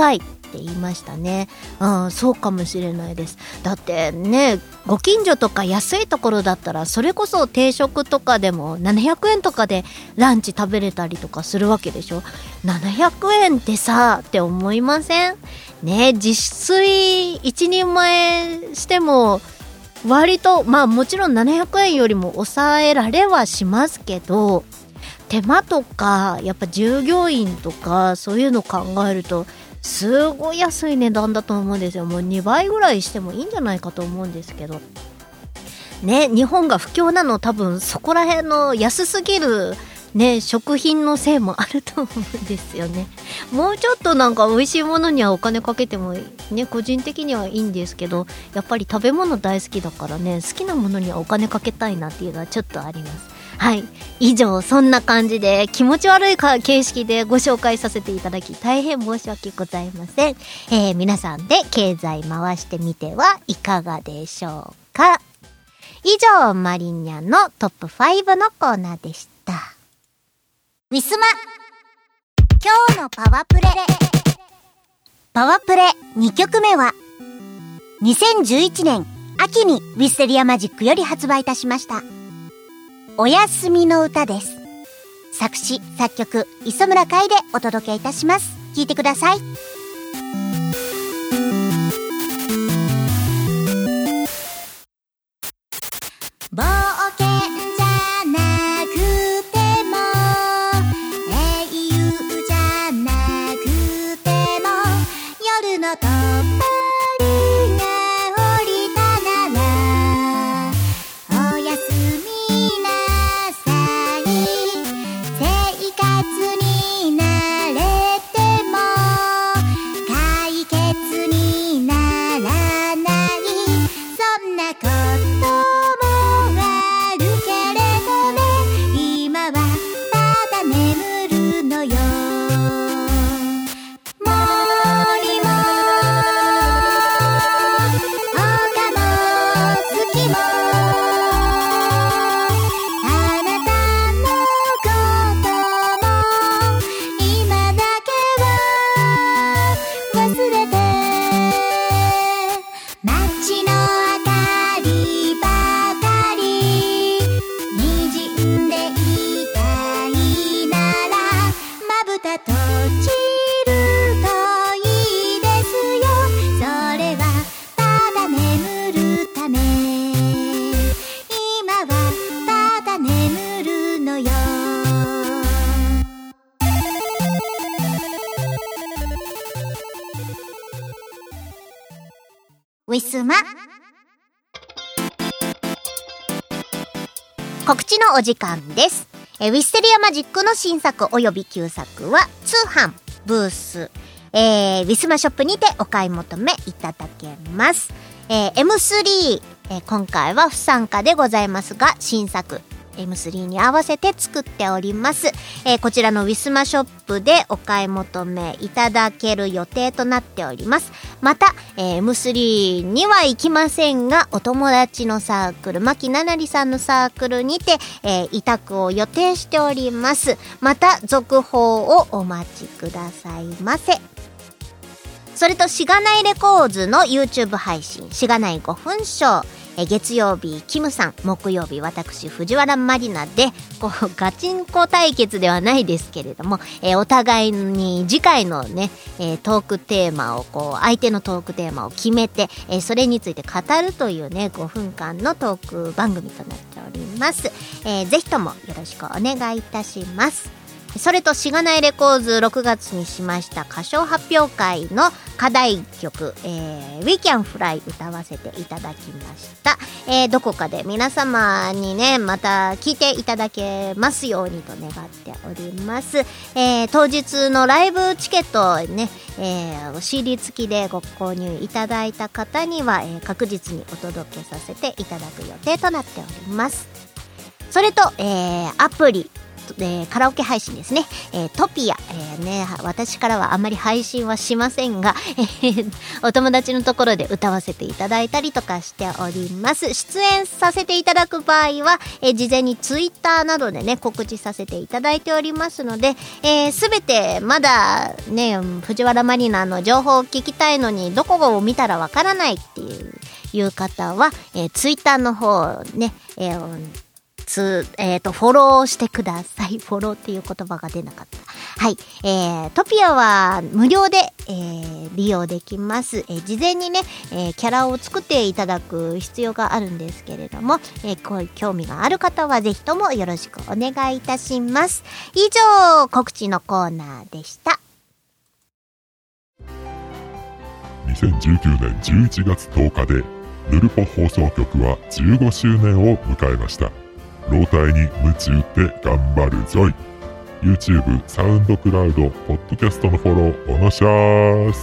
って言いましたね。うん、そうかもしれないです。だってね、ご近所とか安いところだったらそれこそ定食とかでもななひゃくえんとかでランチ食べれたりとかするわけでしょ。ななひゃくえんってさって思いません？ね、自炊一人前しても割とまあもちろんななひゃくえんよりも抑えられはしますけど、手間とかやっぱ従業員とかそういうの考えるとすごい安い値段だと思うんですよ。もうにばいぐらいしてもいいんじゃないかと思うんですけどね。日本が不況なの多分そこら辺の安すぎるね、食品のせいもあると思うんですよね。もうちょっとなんか美味しいものにはお金かけてもね、個人的にはいいんですけど、やっぱり食べ物大好きだからね、好きなものにはお金かけたいなっていうのはちょっとあります。はい、以上そんな感じで気持ち悪いか形式でご紹介させていただき大変申し訳ございません。えー、皆さんで経済回してみてはいかがでしょうか。以上マリニャのトップファイブのコーナーでした。 ウィスマ今日のパワプレパワプレにきょくめはにせんじゅういちねん秋にウィステリアマジックより発売いたしましたおやすみの歌です。作詞作曲磯村海でお届けいたします。聴いてください。冒険じゃなくても英雄じゃなくても夜のとっぱりが降りたならおやすみなさい。生活に慣れても解決にならないそんなこともあるけれどね今はただ眠るのよ。森も丘も月もあなたのことも今だけは忘れて街の明かりばかり滲んでいたいならまぶた閉じるといいですよ。それはただ眠るため今はただ眠るのよ。ウィスマ告知のお時間です。えウィステリアマジックの新作および旧作は通販ブース、えー、ウィスマショップにてお買い求めいただけます。えー、エムスリー、えー、今回は不参加でございますが新作エムスリー に合わせて作っております。えー、こちらのウィスマショップでお買い求めいただける予定となっております。また、えー、エムスリー には行きませんがお友達のサークル牧ななりさんのサークルにて、えー、委託を予定しております。また続報をお待ちくださいませ。それとしがないレコーズの YouTube 配信しがないごふんショー、え月曜日キムさん木曜日私藤原マリナでこうガチンコ対決ではないですけれども、えー、お互いに次回のね、えー、トークテーマをこう相手のトークテーマを決めて、えー、それについて語るというねごふんかんのトーク番組となっております。えー、ぜひともよろしくお願いいたします。それとしがないレコーズろくがつにしました歌唱発表会の課題曲、えー、We Can Fly 歌わせていただきました。えー、どこかで皆様にねまた聴いていただけますようにと願っております。えー、当日のライブチケットをね、えー、シーディー 付きでご購入いただいた方には、えー、確実にお届けさせていただく予定となっております。それと、えー、アプリえー、カラオケ配信ですね、えー、トピア、えーね、私からはあまり配信はしませんが、えー、お友達のところで歌わせていただいたりとかしております。出演させていただく場合は、えー、事前にツイッターなどでね告知させていただいておりますので、えー、全てまだね藤原マリナの情報を聞きたいのにどこを見たらわからないっていういう方は、えー、ツイッターの方ね、えーつえー、とフォローしてください。フォローっていう言葉が出なかった。はい、えー、トピアは無料で、えー、利用できます。えー、事前にね、えー、キャラを作っていただく必要があるんですけれども、えー、こういう興味がある方はぜひともよろしくお願いいたします。以上、告知のコーナーでした。 にせんじゅうきゅうねんじゅういちがつとおかでヌルポ放送局はじゅうごしゅうねんを迎えました。老体に鞭打って頑張るぞい。 YouTube、サウンドクラウド、ポッドキャストのフォローお願いします。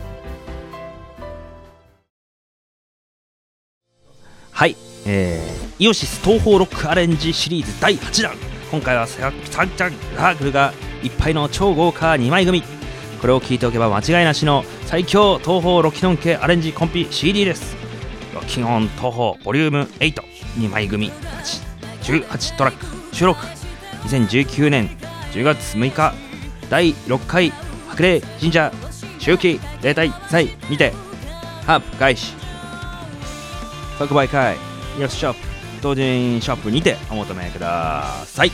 はい、えー、イオシス東宝ロックアレンジシリーズだいはちだん。今回はサンチャンラーグルがいっぱいの超豪華にまい組。これを聞いておけば間違いなしの最強東宝ロキノン系アレンジコンピ シーディー です。ロキノン東宝ボリュームはちにまい組じゅうはちトラック収録。にせんじゅうきゅうねんじゅうがつむいかだいろっかい白麗神社秋季例大祭にてハープ開始。即売会イオシスショップ同人ショップにてお求めください。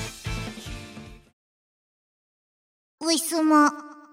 ウィスマ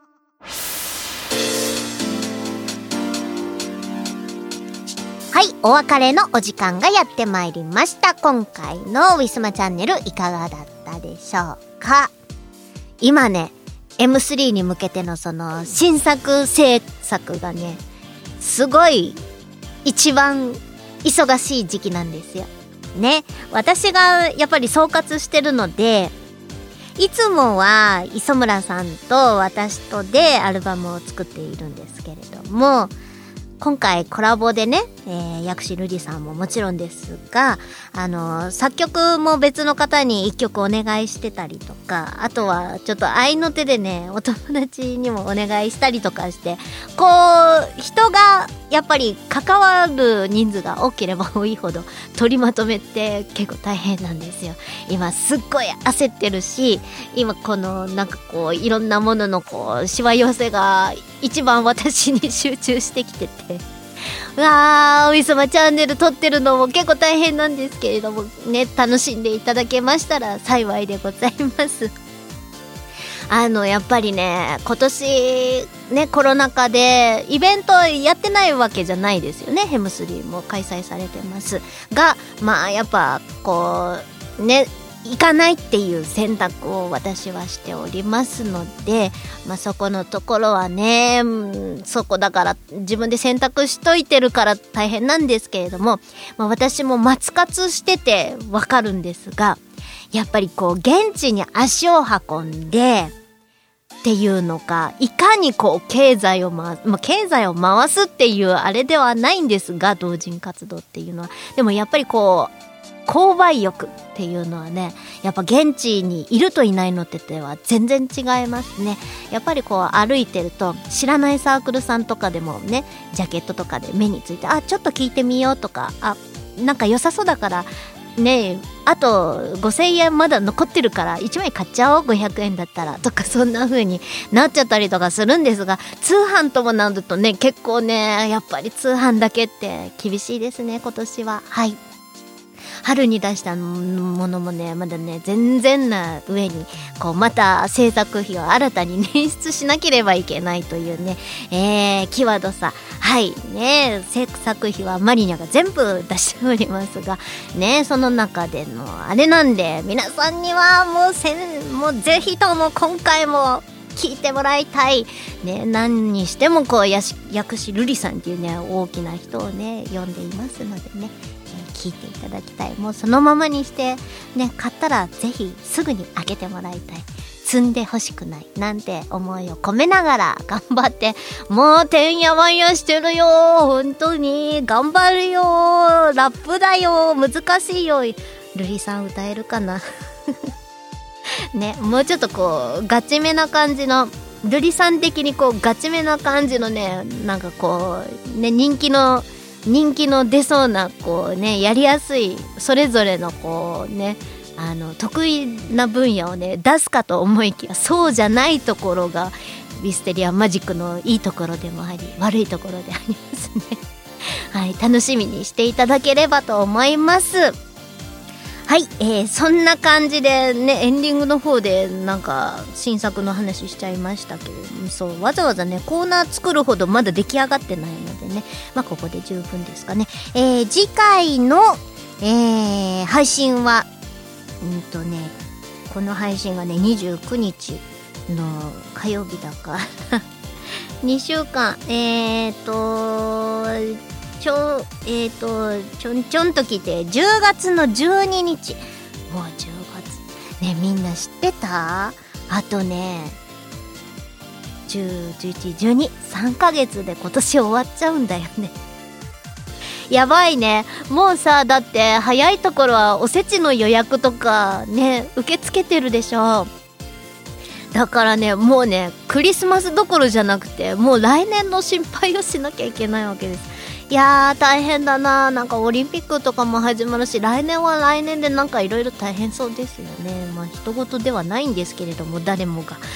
はい、お別れのお時間がやってまいりました。今回のウィスマチャンネルいかがだったでしょうか。今ね エムスリー に向けてのその新作制作がねすごい一番忙しい時期なんですよね。私がやっぱり総括してるので、いつもは磯村さんと私とでアルバムを作っているんですけれども、今回コラボでね、えー、薬師瑠璃さんももちろんですが、あのー、作曲も別の方に一曲お願いしてたりとか、あとはちょっと合いの手でねお友達にもお願いしたりとかして、こう人がやっぱり関わる人数が多ければ多いほど取りまとめって結構大変なんですよ。今すっごい焦ってるし、今このなんかこういろんなもののこうしわ寄せが一番私に集中してきてて、うわー、おいそまチャンネル撮ってるのも結構大変なんですけれどもね、楽しんでいただけましたら幸いでございます。あのやっぱりね、今年ねコロナ禍でイベントやってないわけじゃないですよね。ヘムスリーも開催されてますが、まあやっぱこうね行かないっていう選択を私はしておりますので、まあそこのところはね、うん、そこだから自分で選択しといてるから大変なんですけれども、まあ私も松活しててわかるんですが、やっぱりこう現地に足を運んでっていうのか、いかにこう経済を回す、まあ、経済を回すっていうあれではないんですが、同人活動っていうのはでもやっぱりこう購買欲っていうのはね、やっぱ現地にいるといないのってては全然違いますね。やっぱりこう歩いてると知らないサークルさんとかでもね、ジャケットとかで目について、あちょっと聞いてみようとか、あなんか良さそうだからね、あとごせんえんまだ残ってるからいちまい買っちゃおう、ごひゃくえんだったらとか、そんな風になっちゃったりとかするんですが、通販ともなるとね結構ねやっぱり通販だけって厳しいですね今年は。はい、春に出したものもねまだね全然な上に、こうまた制作費を新たに捻出しなければいけないというね、えー、際どさ。はいね、制作費はマリニャが全部出しておりますがね、その中でのあれなんで、皆さんにはもうせんもうぜひとも今回も聞いてもらいたいね。何にしてもこうやし薬師瑠璃さんっていうね大きな人をね呼んでいますのでね、聞いていただきたい。もうそのままにしてね、買ったらぜひすぐに開けてもらいたい、積んでほしくないなんて思いを込めながら頑張って、もうてんやわんやしてるよ、本当に頑張るよ、ラップだよ、難しいよ。ルリさん歌えるかなね、もうちょっとこうガチめな感じの、瑠璃さん的にこうガチめな感じのね、なんかこうね、人気の人気の出そうなこうね、やりやすいそれぞれのこうね、あの得意な分野をね出すかと思いきや、そうじゃないところがウィステリアマジックのいいところでもあり、悪いところでありますね。はい、楽しみにしていただければと思います。はい、えー、そんな感じでね、エンディングの方でなんか新作の話しちゃいましたけれども、そうわざわざねコーナー作るほどまだ出来上がってないのでね、まあここで十分ですかね。えー、次回の、えー、配信はうんとねこの配信がねにじゅうくにちの火曜日だからにしゅうかん、えーとちょえーとちょんちょんと来てじゅうがつのじゅうににち、もうじゅうがつね、みんな知ってた？あとねじゅう、じゅういち、じゅうに、さんかげつで今年終わっちゃうんだよね。やばいね。もうさ、だって早いところはおせちの予約とかね受け付けてるでしょ。だからね、もうねクリスマスどころじゃなくて、もう来年の心配をしなきゃいけないわけです。いやー大変だな。なんかオリンピックとかも始まるし、来年は来年でなんかいろいろ大変そうですよね。まあ人事ではないんですけれども、誰もが、はい、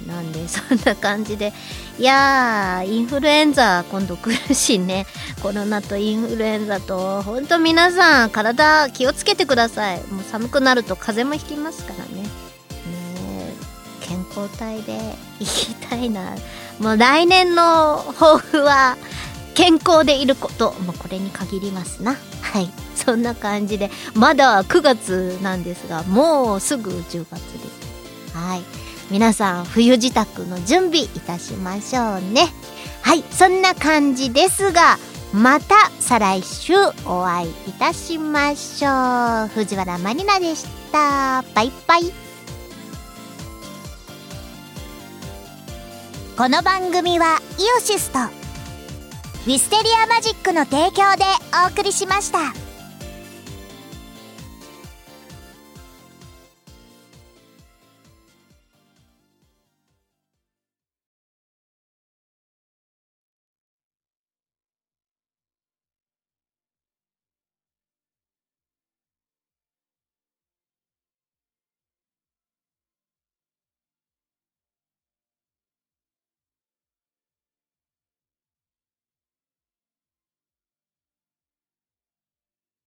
なんでそんな感じで、いやーインフルエンザ今度来るしね、コロナとインフルエンザと、ほんと皆さん体気をつけてください。もう寒くなると風邪もひきますからね。ねえ、健康体でいきたいな。もう来年の抱負は健康でいること、もうこれに限りますな。はい、そんな感じで、まだくがつなんですが、もうすぐじゅうがつです。はい、皆さん冬支度の準備いたしましょうね。はい、そんな感じですが、また再来週お会いいたしましょう。藤原まりなでした。バイバイ。この番組はイオシスとウィステリアマジックの提供でお送りしました。